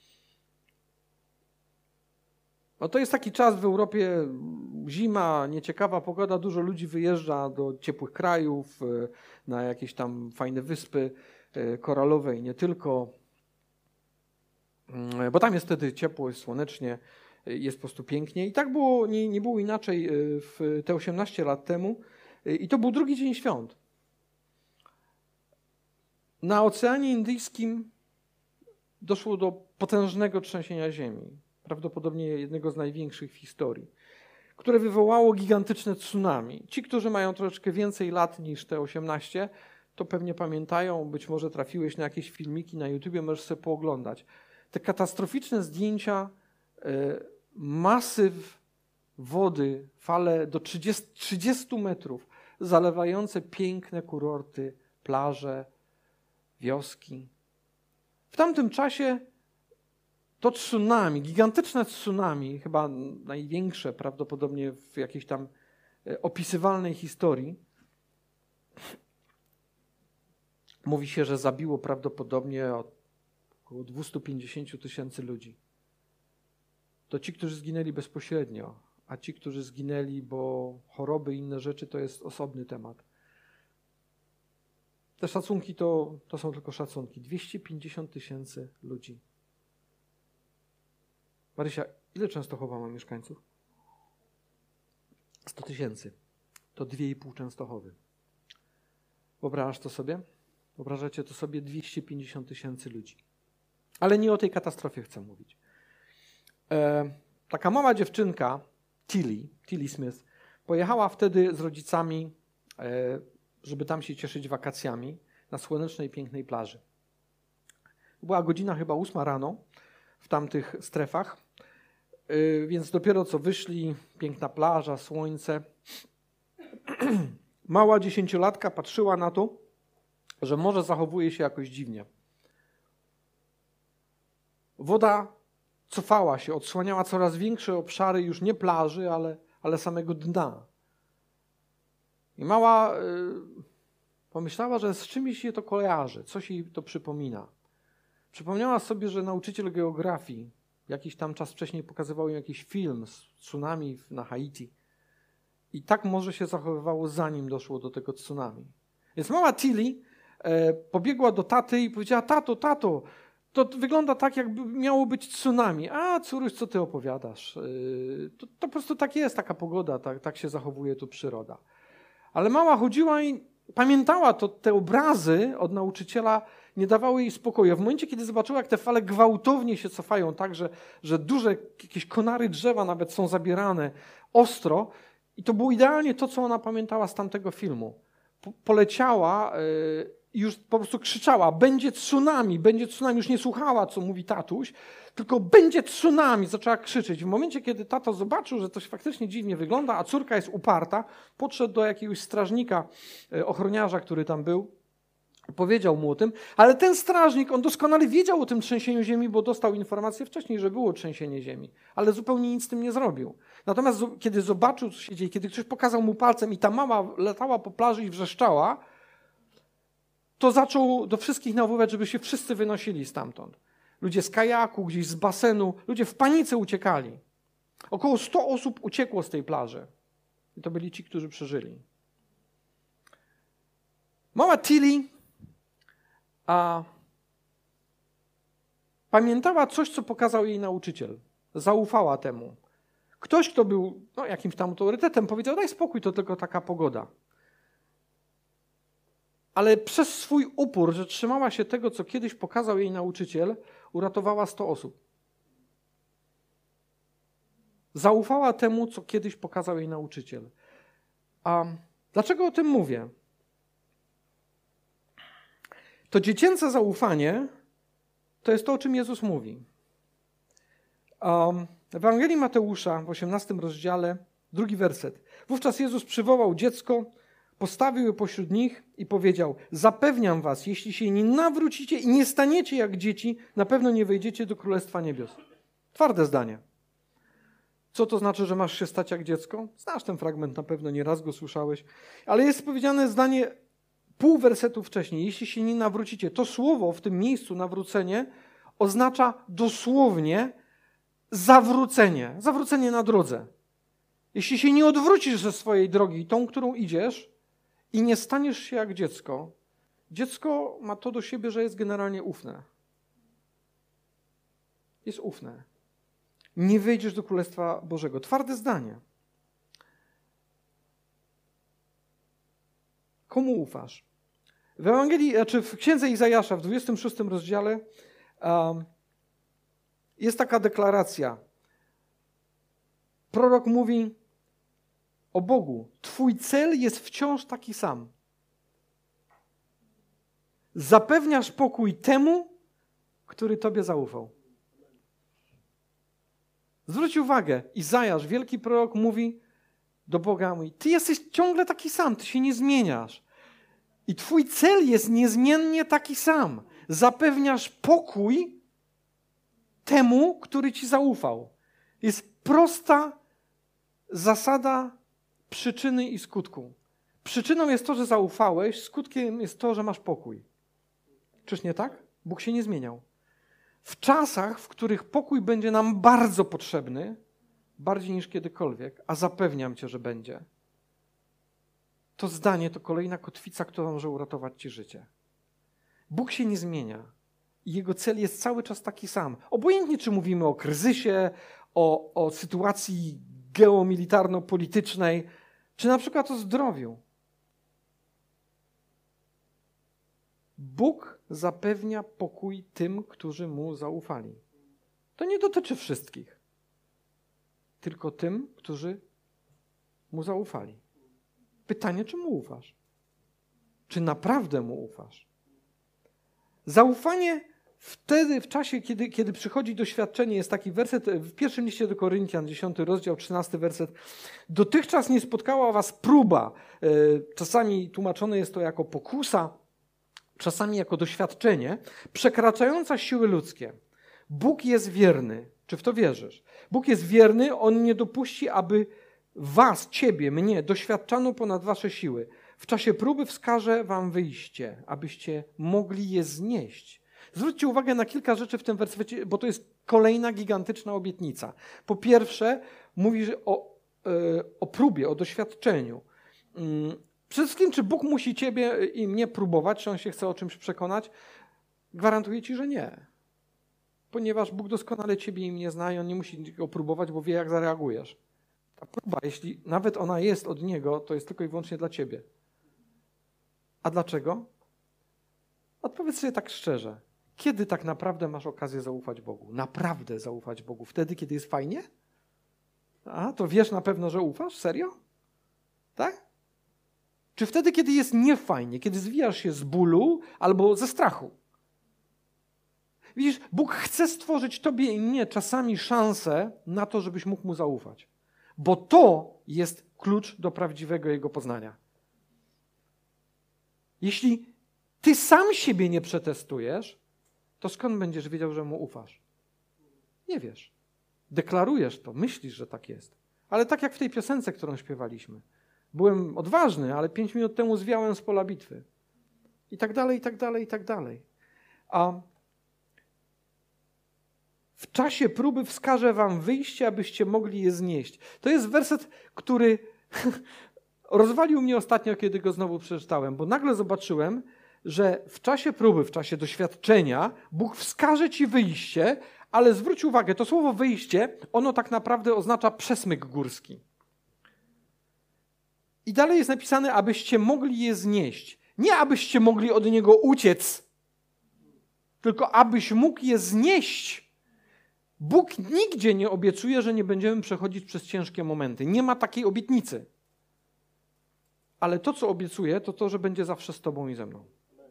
no to jest taki czas w Europie, zima, nieciekawa pogoda, dużo ludzi wyjeżdża do ciepłych krajów, na jakieś tam fajne wyspy koralowe i nie tylko, bo tam jest wtedy ciepło, jest słonecznie, jest po prostu pięknie. I tak było, nie, nie było inaczej w te osiemnaście lat temu. I to był drugi dzień świąt. Na Oceanie Indyjskim doszło do potężnego trzęsienia ziemi, prawdopodobnie jednego z największych w historii, które wywołało gigantyczne tsunami. Ci, którzy mają troszeczkę więcej lat niż te osiemnaście, to pewnie pamiętają, być może trafiłeś na jakieś filmiki na YouTubie, możesz sobie pooglądać. Te katastroficzne zdjęcia, y, masyw wody, fale do trzydziestu metrów, zalewające piękne kurorty, plaże, wioski. W tamtym czasie to tsunami, gigantyczne tsunami, chyba największe prawdopodobnie w jakiejś tam opisywalnej historii, mówi się, że zabiło prawdopodobnie około dwieście pięćdziesiąt tysięcy ludzi. To ci, którzy zginęli bezpośrednio, a ci, którzy zginęli, bo choroby i inne rzeczy, to jest osobny temat. Te szacunki to, to są tylko szacunki. dwieście pięćdziesiąt tysięcy ludzi. Marysia, ile Częstochowa ma mieszkańców? sto tysięcy. To dwie i pół Częstochowy. Wyobrażasz to sobie? Wyobrażacie to sobie? dwieście pięćdziesiąt tysięcy ludzi. Ale nie o tej katastrofie chcę mówić. E, taka mała dziewczynka, Tilly, Tilly Smith, pojechała wtedy z rodzicami, e, żeby tam się cieszyć wakacjami na słonecznej, pięknej plaży. Była godzina chyba ósma rano w tamtych strefach, e, więc dopiero co wyszli, piękna plaża, słońce. Mała dziesięciolatka patrzyła na to, że morze zachowuje się jakoś dziwnie. Woda cofała się, odsłaniała coraz większe obszary już nie plaży, ale, ale samego dna. I mała y, pomyślała, że z czymś się to kojarzy, coś jej to przypomina. Przypomniała sobie, że nauczyciel geografii jakiś tam czas wcześniej pokazywał im jakiś film z tsunami na Haiti. I tak morze się zachowywało, zanim doszło do tego tsunami. Więc mała Tilly e, pobiegła do taty i powiedziała: tato, tato, to wygląda tak, jakby miało być tsunami. A córuś, co ty opowiadasz? Yy, to, to po prostu tak jest, taka pogoda, tak, tak się zachowuje tu przyroda. Ale mała chodziła i pamiętała to, te obrazy od nauczyciela nie dawały jej spokoju. W momencie, kiedy zobaczyła, jak te fale gwałtownie się cofają, tak, że, że duże jakieś konary drzewa nawet są zabierane ostro, i to było idealnie to, co ona pamiętała z tamtego filmu. Po, poleciała yy, i już po prostu krzyczała, będzie tsunami, będzie tsunami. Już nie słuchała, co mówi tatuś, tylko będzie tsunami. Zaczęła krzyczeć. W momencie, kiedy tato zobaczył, że to się faktycznie dziwnie wygląda, a córka jest uparta, podszedł do jakiegoś strażnika, ochroniarza, który tam był, powiedział mu o tym, ale ten strażnik, on doskonale wiedział o tym trzęsieniu ziemi, bo dostał informację wcześniej, że było trzęsienie ziemi, ale zupełnie nic z tym nie zrobił. Natomiast kiedy zobaczył, co się dzieje, kiedy ktoś pokazał mu palcem i ta mama latała po plaży i wrzeszczała, to zaczął do wszystkich nawoływać, żeby się wszyscy wynosili stamtąd. Ludzie z kajaku, gdzieś z basenu, ludzie w panice uciekali. Około sto osób uciekło z tej plaży. I to byli ci, którzy przeżyli. Mała Tilly a pamiętała coś, co pokazał jej nauczyciel. Zaufała temu. Ktoś, kto był no, jakimś tam autorytetem, powiedział, daj spokój, to tylko taka pogoda. Ale przez swój upór, że trzymała się tego, co kiedyś pokazał jej nauczyciel, uratowała sto osób. Zaufała temu, co kiedyś pokazał jej nauczyciel. A dlaczego o tym mówię? To dziecięce zaufanie to jest to, o czym Jezus mówi. Um, w Ewangelii Mateusza w osiemnastym rozdziale, drugi werset. Wówczas Jezus przywołał dziecko, postawił je pośród nich i powiedział, zapewniam was, jeśli się nie nawrócicie i nie staniecie jak dzieci, na pewno nie wejdziecie do Królestwa Niebios. Twarde zdanie. Co to znaczy, że masz się stać jak dziecko? Znasz ten fragment, na pewno nieraz go słyszałeś. Ale jest powiedziane zdanie pół wersetu wcześniej. Jeśli się nie nawrócicie, to słowo w tym miejscu nawrócenie oznacza dosłownie zawrócenie. Zawrócenie na drodze. Jeśli się nie odwrócisz ze swojej drogi, tą, którą idziesz i nie staniesz się jak dziecko, dziecko ma to do siebie, że jest generalnie ufne. Jest ufne. Nie wejdziesz do Królestwa Bożego. Twarde zdanie. Komu ufasz? W Ewangelii, znaczy w Księdze Izajasza w dwudziestym szóstym rozdziale um, jest taka deklaracja. Prorok mówi o Bogu. Twój cel jest wciąż taki sam. Zapewniasz pokój temu, który Tobie zaufał. Zwróć uwagę, Izajasz, wielki prorok, mówi do Boga, mówi, Ty jesteś ciągle taki sam, Ty się nie zmieniasz. I Twój cel jest niezmiennie taki sam. Zapewniasz pokój temu, który Ci zaufał. Jest prosta zasada przyczyny i skutku. Przyczyną jest to, że zaufałeś, skutkiem jest to, że masz pokój. Czyż nie tak? Bóg się nie zmieniał. W czasach, w których pokój będzie nam bardzo potrzebny, bardziej niż kiedykolwiek, a zapewniam Cię, że będzie, to zdanie to kolejna kotwica, która może uratować Ci życie. Bóg się nie zmienia i Jego cel jest cały czas taki sam. Obojętnie, czy mówimy o kryzysie, o, o sytuacji geomilitarno-politycznej, czy na przykład o zdrowiu. Bóg zapewnia pokój tym, którzy Mu zaufali. To nie dotyczy wszystkich, tylko tym, którzy Mu zaufali. Pytanie, czy Mu ufasz? Czy naprawdę Mu ufasz? Zaufanie wtedy, w czasie, kiedy, kiedy przychodzi doświadczenie, jest taki werset w pierwszym liście do Koryntian, dziesiąty rozdział, trzynasty werset. Dotychczas nie spotkała was próba. Czasami tłumaczone jest to jako pokusa, czasami jako doświadczenie, przekraczająca siły ludzkie. Bóg jest wierny. Czy w to wierzysz? Bóg jest wierny, On nie dopuści, aby was, ciebie, mnie doświadczano ponad wasze siły. W czasie próby wskaże wam wyjście, abyście mogli je znieść. Zwróćcie uwagę na kilka rzeczy w tym wersecie, bo to jest kolejna gigantyczna obietnica. Po pierwsze, mówi o, o próbie, o doświadczeniu. Przede wszystkim, czy Bóg musi ciebie i mnie próbować, czy On się chce o czymś przekonać? Gwarantuję ci, że nie. Ponieważ Bóg doskonale ciebie i mnie zna i On nie musi go próbować, bo wie, jak zareagujesz. Ta próba, jeśli nawet ona jest od Niego, to jest tylko i wyłącznie dla ciebie. A dlaczego? Odpowiedz sobie tak szczerze. Kiedy tak naprawdę masz okazję zaufać Bogu? Naprawdę zaufać Bogu? Wtedy, kiedy jest fajnie? A, to wiesz na pewno, że ufasz? Serio? Tak? Czy wtedy, kiedy jest niefajnie, kiedy zwijasz się z bólu albo ze strachu? Widzisz, Bóg chce stworzyć tobie i mnie czasami szansę na to, żebyś mógł Mu zaufać. Bo to jest klucz do prawdziwego Jego poznania. Jeśli ty sam siebie nie przetestujesz, to skąd będziesz wiedział, że Mu ufasz? Nie wiesz. Deklarujesz to, myślisz, że tak jest. Ale tak jak w tej piosence, którą śpiewaliśmy. Byłem odważny, ale pięć minut temu zwiałem z pola bitwy. I tak dalej, i tak dalej, i tak dalej. A w czasie próby wskażę wam wyjście, abyście mogli je znieść. To jest werset, który rozwalił mnie ostatnio, kiedy go znowu przeczytałem, bo nagle zobaczyłem, że w czasie próby, w czasie doświadczenia Bóg wskaże ci wyjście, ale zwróć uwagę, to słowo wyjście, ono tak naprawdę oznacza przesmyk górski. I dalej jest napisane, abyście mogli je znieść. Nie abyście mogli od niego uciec, tylko abyś mógł je znieść. Bóg nigdzie nie obiecuje, że nie będziemy przechodzić przez ciężkie momenty. Nie ma takiej obietnicy. Ale to, co obiecuje, to to, że będzie zawsze z tobą i ze mną.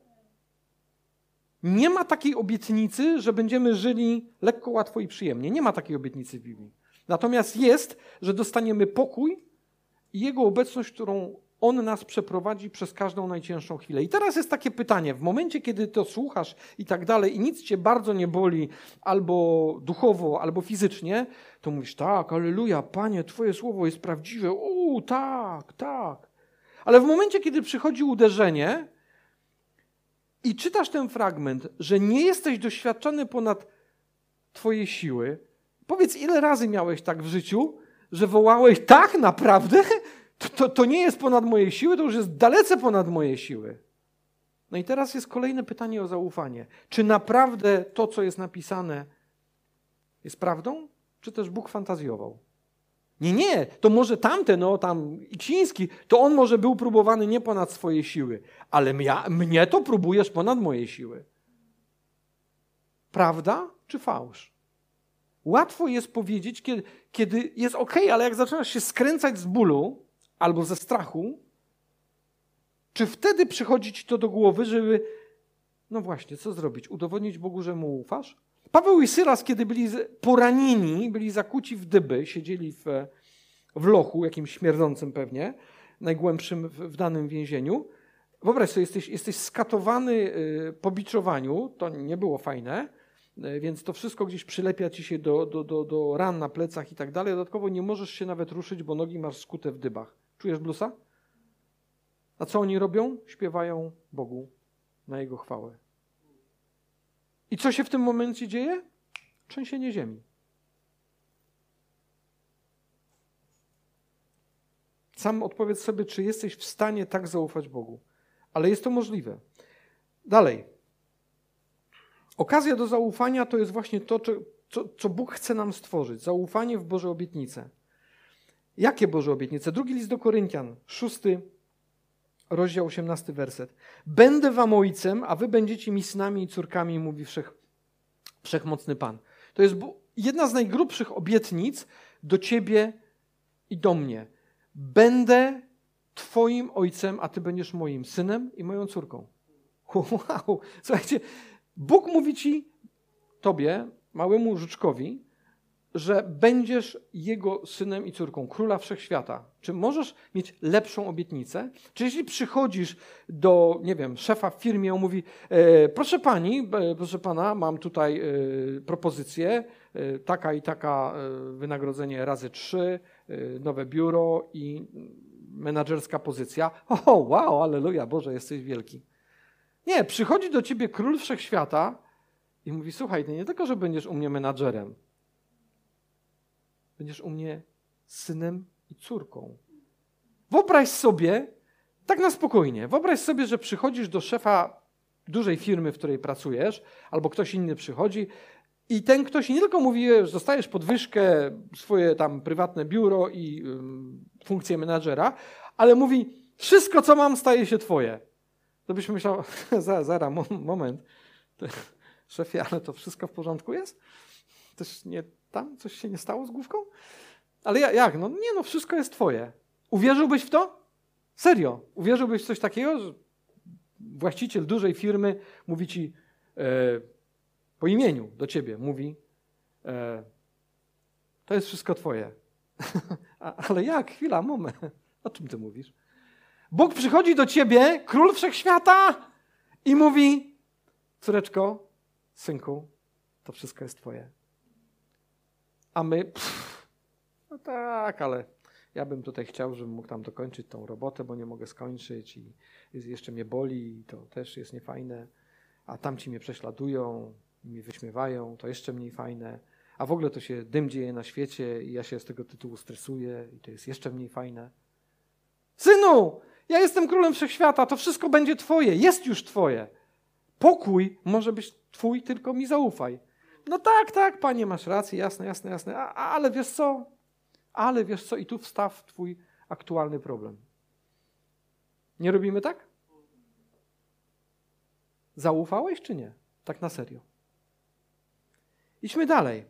Nie ma takiej obietnicy, że będziemy żyli lekko, łatwo i przyjemnie. Nie ma takiej obietnicy w Biblii. Natomiast jest, że dostaniemy pokój i Jego obecność, którą On nas przeprowadzi przez każdą najcięższą chwilę. I teraz jest takie pytanie, w momencie, kiedy to słuchasz i tak dalej i nic cię bardzo nie boli, albo duchowo, albo fizycznie, to mówisz, tak, halleluja, Panie, Twoje słowo jest prawdziwe, uuu, tak, tak. Ale w momencie, kiedy przychodzi uderzenie i czytasz ten fragment, że nie jesteś doświadczony ponad Twoje siły, powiedz, ile razy miałeś tak w życiu, że wołałeś, tak, naprawdę? To, to, to nie jest ponad moje siły, to już jest dalece ponad moje siły. No i teraz jest kolejne pytanie o zaufanie. Czy naprawdę to, co jest napisane, jest prawdą? Czy też Bóg fantazjował? Nie, nie, to może tamten, no tam Iksiński, to on może był próbowany nie ponad swoje siły, ale ja, mnie to próbujesz ponad moje siły. Prawda czy fałsz? Łatwo jest powiedzieć, kiedy, kiedy jest okej, ale jak zaczynasz się skręcać z bólu albo ze strachu, czy wtedy przychodzi ci to do głowy, żeby, no właśnie, co zrobić? Udowodnić Bogu, że Mu ufasz? Paweł i Sylas, kiedy byli poranieni, byli zakuci w dyby, siedzieli w, w lochu, jakimś śmierdzącym pewnie, najgłębszym w, w danym więzieniu. Wyobraź sobie, jesteś, jesteś skatowany po biczowaniu, to nie było fajne, więc to wszystko gdzieś przylepia ci się do, do, do, do ran na plecach i tak dalej. Dodatkowo nie możesz się nawet ruszyć, bo nogi masz skute w dybach. Czujesz blusa? A co oni robią? Śpiewają Bogu na Jego chwałę. I co się w tym momencie dzieje? Trzęsienie ziemi. Sam odpowiedz sobie, czy jesteś w stanie tak zaufać Bogu. Ale jest to możliwe. Dalej. Okazja do zaufania to jest właśnie to, co, co Bóg chce nam stworzyć. Zaufanie w Boże obietnice. Jakie Boże obietnice? Drugi list do Koryntian, szósty rozdział, osiemnasty werset. Będę wam ojcem, a wy będziecie mi synami i córkami, mówi wszech, wszechmocny Pan. To jest jedna z najgrubszych obietnic do ciebie i do mnie. Będę twoim ojcem, a ty będziesz moim synem i moją córką. Wow! Słuchajcie, Bóg mówi ci, tobie, małemu żuczkowi, że będziesz Jego synem i córką, króla wszechświata. Czy możesz mieć lepszą obietnicę? Czy jeśli przychodzisz do, nie wiem, szefa w firmie, on mówi, e, proszę pani, e, proszę pana, mam tutaj e, propozycję, e, taka i taka e, wynagrodzenie razy trzy, e, nowe biuro i menadżerska pozycja. O, wow, alleluja, Boże, jesteś wielki. Nie, przychodzi do ciebie król wszechświata i mówi, słuchaj, ty nie tylko, że będziesz u mnie menadżerem, będziesz u mnie synem i córką. Wyobraź sobie, tak na spokojnie, wyobraź sobie, że przychodzisz do szefa dużej firmy, w której pracujesz, albo ktoś inny przychodzi i ten ktoś nie tylko mówi, że dostajesz podwyżkę, swoje tam prywatne biuro i um, funkcję menadżera, ale mówi, wszystko co mam staje się twoje. To byś myślał, zaraz, zara, moment, to, szefie, ale to wszystko w porządku jest? Też nie tam coś się nie stało z główką? Ale ja, jak? No nie, no wszystko jest twoje. Uwierzyłbyś w to? Serio, uwierzyłbyś w coś takiego, że właściciel dużej firmy mówi ci e, po imieniu do ciebie, mówi e, to jest wszystko twoje. A, ale jak? Chwila, moment. O czym ty mówisz? Bóg przychodzi do ciebie, król wszechświata i mówi córeczko, synku, to wszystko jest twoje. A my, pff, no tak, ale ja bym tutaj chciał, żebym mógł tam dokończyć tą robotę, bo nie mogę skończyć i jeszcze mnie boli i to też jest niefajne. A tamci mnie prześladują, mnie wyśmiewają, to jeszcze mniej fajne. A w ogóle to się dym dzieje na świecie i ja się z tego tytułu stresuję i to jest jeszcze mniej fajne. Synu, ja jestem królem wszechświata, to wszystko będzie twoje, jest już twoje. Pokój może być twój, tylko mi zaufaj. No tak, tak, panie, masz rację, jasne, jasne, jasne, a, ale wiesz co? Ale wiesz co? I tu wstaw twój aktualny problem. Nie robimy tak? Zaufałeś czy nie? Tak na serio. Idźmy dalej.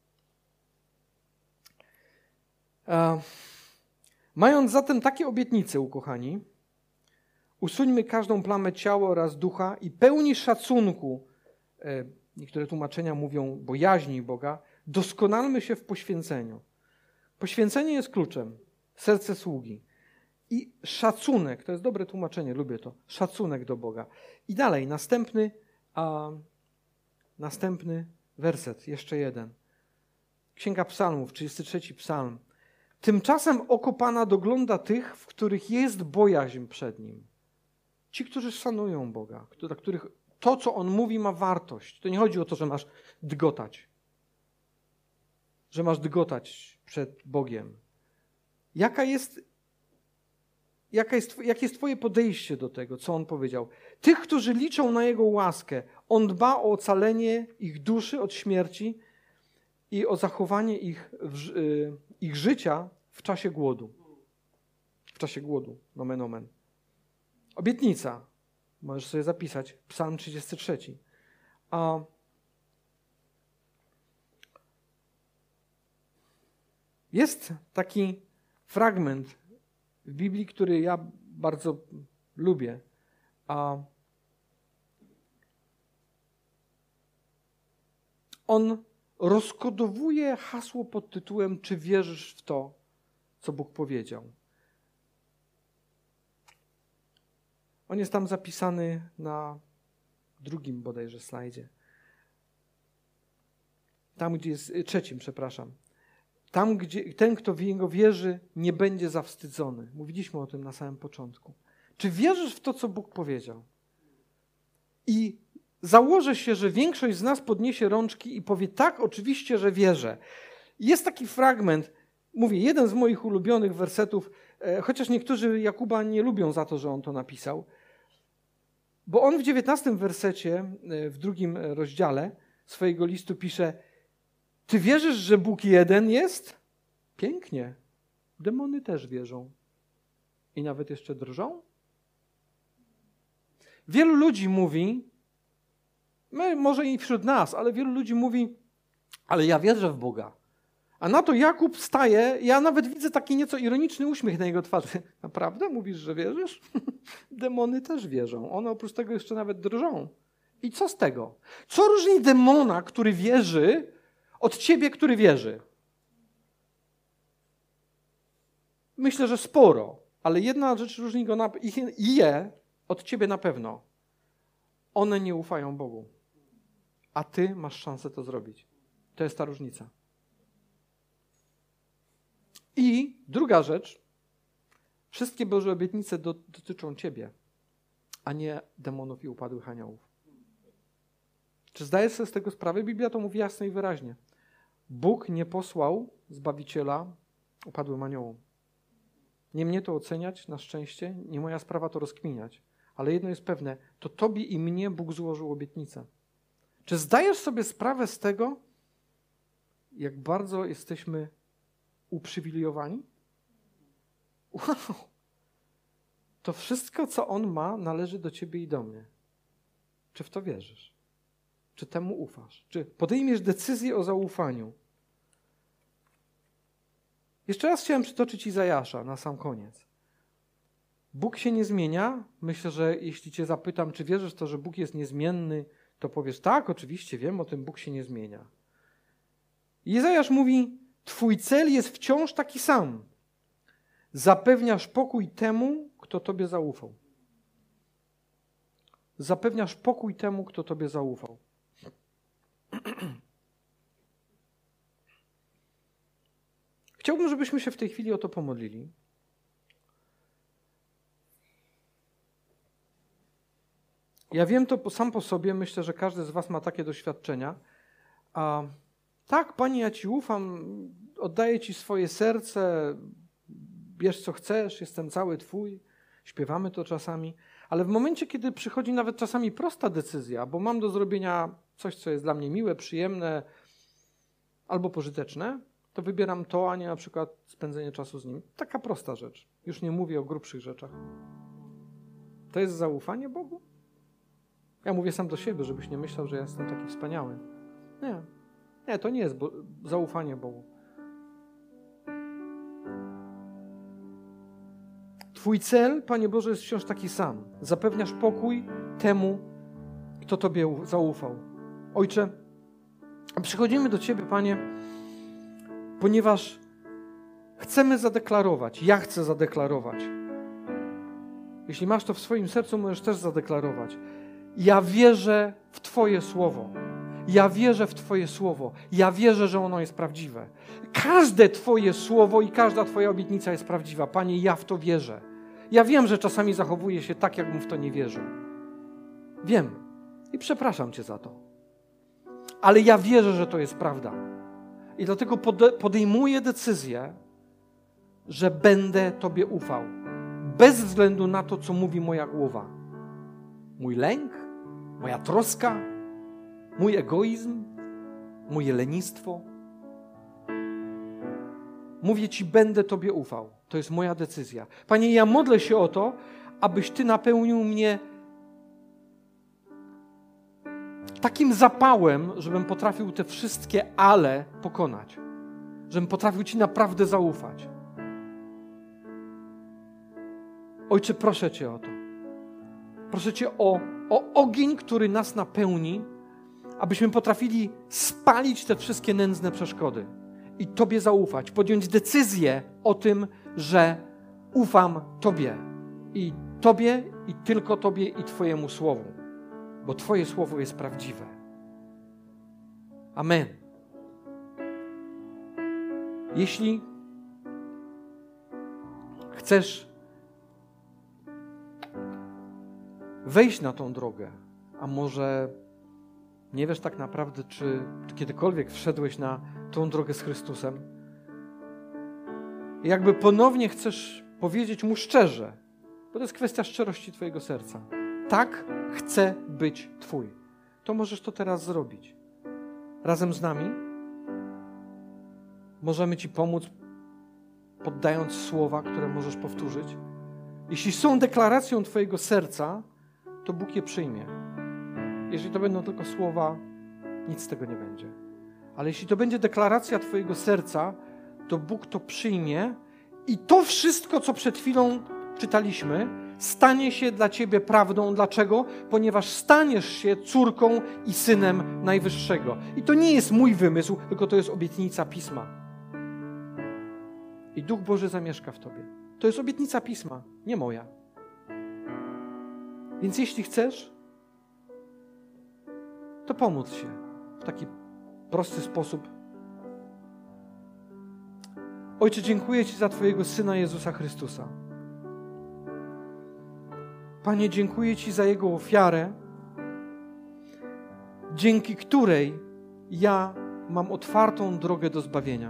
E, mając zatem takie obietnice, ukochani, usuńmy każdą plamę ciała oraz ducha i pełni szacunku, e, niektóre tłumaczenia mówią bojaźni Boga, doskonalmy się w poświęceniu. Poświęcenie jest kluczem, serce sługi. I szacunek, to jest dobre tłumaczenie, lubię to, szacunek do Boga. I dalej, następny, a, następny werset, jeszcze jeden. Księga Psalmów, trzydziesty trzeci psalm. Tymczasem oko Pana dogląda tych, w których jest bojaźń przed Nim. Ci, którzy szanują Boga, dla których to, co On mówi, ma wartość. To nie chodzi o to, że masz dygotać. Że masz dygotać przed Bogiem. Jaka jest, jaka jest, jakie jest twoje podejście do tego, co On powiedział? Tych, którzy liczą na Jego łaskę, On dba o ocalenie ich duszy od śmierci i o zachowanie ich, ich życia w czasie głodu. W czasie głodu, nomen omen. Obietnica. Możesz sobie zapisać. Psalm trzydziesty trzeci. A jest taki fragment w Biblii, który ja bardzo lubię. A on rozkodowuje hasło pod tytułem czy wierzysz w to, co Bóg powiedział. On jest tam zapisany na drugim bodajże slajdzie. Tam, gdzie jest, trzecim, przepraszam. Tam, gdzie ten, kto w Niego wierzy, nie będzie zawstydzony. Mówiliśmy o tym na samym początku. Czy wierzysz w to, co Bóg powiedział? I założę się, że większość z nas podniesie rączki i powie tak, oczywiście, że wierzę. Jest taki fragment, mówię, jeden z moich ulubionych wersetów, chociaż niektórzy Jakuba nie lubią za to, że on to napisał, bo on w dziewiętnastym wersecie, w drugim rozdziale swojego listu pisze: ty wierzysz, że Bóg jeden jest? Pięknie. Demony też wierzą. I nawet jeszcze drżą. Wielu ludzi mówi, my, może i wśród nas, ale wielu ludzi mówi, ale ja wierzę w Boga. A na to Jakub staje, ja nawet widzę taki nieco ironiczny uśmiech na jego twarzy. Naprawdę mówisz, że wierzysz? Demony też wierzą. One oprócz tego jeszcze nawet drżą. I co z tego? Co różni demona, który wierzy, od ciebie, który wierzy? Myślę, że sporo, ale jedna rzecz różni go na, i je od ciebie na pewno. One nie ufają Bogu, a ty masz szansę to zrobić. To jest ta różnica. I druga rzecz, wszystkie Boże obietnice do, dotyczą ciebie, a nie demonów i upadłych aniołów. Czy zdajesz sobie z tego sprawę? Biblia to mówi jasno i wyraźnie. Bóg nie posłał Zbawiciela upadłym aniołom. Nie mnie to oceniać, na szczęście, nie moja sprawa to rozkminiać. Ale jedno jest pewne, to tobie i mnie Bóg złożył obietnicę. Czy zdajesz sobie sprawę z tego, jak bardzo jesteśmy uprzywilejowani? Wow! To wszystko, co On ma, należy do ciebie i do mnie. Czy w to wierzysz? Czy temu ufasz? Czy podejmiesz decyzję o zaufaniu? Jeszcze raz chciałem przytoczyć Izajasza na sam koniec. Bóg się nie zmienia. Myślę, że jeśli cię zapytam, czy wierzysz w to, że Bóg jest niezmienny, to powiesz, tak, oczywiście wiem o tym, Bóg się nie zmienia. Izajasz mówi, twój cel jest wciąż taki sam. Zapewniasz pokój temu, kto tobie zaufał. Zapewniasz pokój temu, kto tobie zaufał. Chciałbym, żebyśmy się w tej chwili o to pomodlili. Ja wiem to sam po sobie, myślę, że każdy z was ma takie doświadczenia. A tak, Panie, ja Ci ufam, oddaję Ci swoje serce, bierz co chcesz, jestem cały Twój, śpiewamy to czasami, ale w momencie, kiedy przychodzi nawet czasami prosta decyzja, bo mam do zrobienia coś, co jest dla mnie miłe, przyjemne albo pożyteczne, to wybieram to, a nie na przykład spędzenie czasu z Nim. Taka prosta rzecz. Już nie mówię o grubszych rzeczach. To jest zaufanie Bogu? Ja mówię sam do siebie, żebyś nie myślał, że ja jestem taki wspaniały. Nie. Nie, to nie jest bo- zaufanie Bogu. Twój cel, Panie Boże, jest wciąż taki sam. Zapewniasz pokój temu, kto Tobie zaufał. Ojcze, przychodzimy do Ciebie, Panie, ponieważ chcemy zadeklarować, ja chcę zadeklarować. Jeśli masz to w swoim sercu, możesz też zadeklarować. Ja wierzę w Twoje słowo. Ja wierzę w Twoje słowo. Ja wierzę, że ono jest prawdziwe. Każde Twoje słowo i każda Twoja obietnica jest prawdziwa. Panie, ja w to wierzę. Ja wiem, że czasami zachowuję się tak, jakbym w to nie wierzył. Wiem. I przepraszam Cię za to. Ale ja wierzę, że to jest prawda. I dlatego pode- podejmuję decyzję, że będę Tobie ufał. Bez względu na to, co mówi moja głowa. Mój lęk, moja troska, mój egoizm, moje lenistwo. Mówię Ci, będę Tobie ufał. To jest moja decyzja. Panie, ja modlę się o to, abyś Ty napełnił mnie takim zapałem, żebym potrafił te wszystkie ale pokonać. Żebym potrafił Ci naprawdę zaufać. Ojcze, proszę Cię o to. Proszę Cię o, o ogień, który nas napełni, abyśmy potrafili spalić te wszystkie nędzne przeszkody i Tobie zaufać, podjąć decyzję o tym, że ufam Tobie i Tobie i tylko Tobie i Twojemu Słowu, bo Twoje Słowo jest prawdziwe. Amen. Jeśli chcesz wejść na tą drogę, a może nie wiesz tak naprawdę, czy, czy kiedykolwiek wszedłeś na tą drogę z Chrystusem, i jakby ponownie chcesz powiedzieć Mu szczerze, bo to jest kwestia szczerości Twojego serca. Tak, chcę być Twój. To możesz to teraz zrobić. Razem z nami możemy Ci pomóc, poddając słowa, które możesz powtórzyć. Jeśli są deklaracją Twojego serca, to Bóg je przyjmie. Jeżeli to będą tylko słowa, nic z tego nie będzie. Ale jeśli to będzie deklaracja Twojego serca, to Bóg to przyjmie i to wszystko, co przed chwilą czytaliśmy, stanie się dla Ciebie prawdą. Dlaczego? Ponieważ staniesz się córką i synem Najwyższego. I to nie jest mój wymysł, tylko to jest obietnica Pisma. I Duch Boży zamieszka w Tobie. To jest obietnica Pisma, nie moja. Więc jeśli chcesz, to pomóc się w taki prosty sposób. Ojcze, dziękuję Ci za Twojego Syna Jezusa Chrystusa. Panie, dziękuję Ci za Jego ofiarę, dzięki której ja mam otwartą drogę do zbawienia.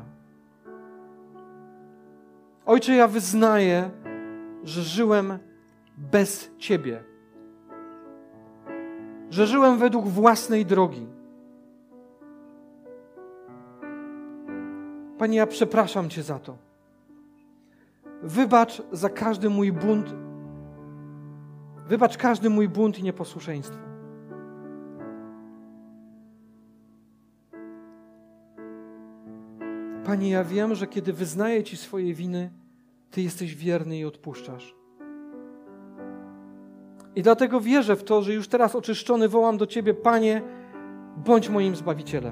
Ojcze, ja wyznaję, że żyłem bez Ciebie. Że żyłem według własnej drogi. Panie, ja przepraszam Cię za to. Wybacz za każdy mój bunt. Wybacz każdy mój bunt i nieposłuszeństwo. Panie, ja wiem, że kiedy wyznaję Ci swoje winy, Ty jesteś wierny i odpuszczasz. I dlatego wierzę w to, że już teraz oczyszczony wołam do Ciebie, Panie, bądź moim Zbawicielem.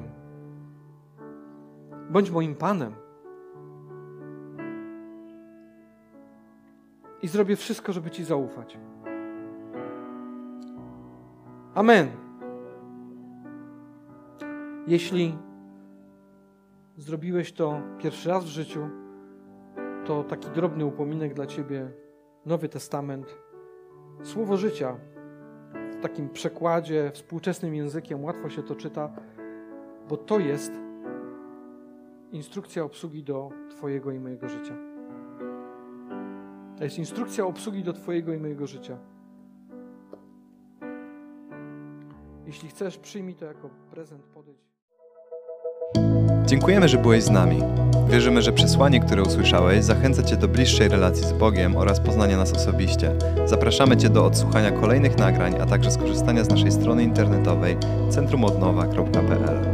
Bądź moim Panem. I zrobię wszystko, żeby Ci zaufać. Amen. Jeśli zrobiłeś to pierwszy raz w życiu, to taki drobny upominek dla Ciebie, Nowy Testament, Słowo życia, w takim przekładzie, współczesnym językiem, łatwo się to czyta, bo to jest instrukcja obsługi do Twojego i mojego życia. To jest instrukcja obsługi do Twojego i mojego życia. Jeśli chcesz, przyjmij to jako prezent, podejdź. Dziękujemy, że byłeś z nami. Wierzymy, że przesłanie, które usłyszałeś, zachęca Cię do bliższej relacji z Bogiem oraz poznania nas osobiście. Zapraszamy Cię do odsłuchania kolejnych nagrań, a także skorzystania z naszej strony internetowej centrum odnowa kropka p l.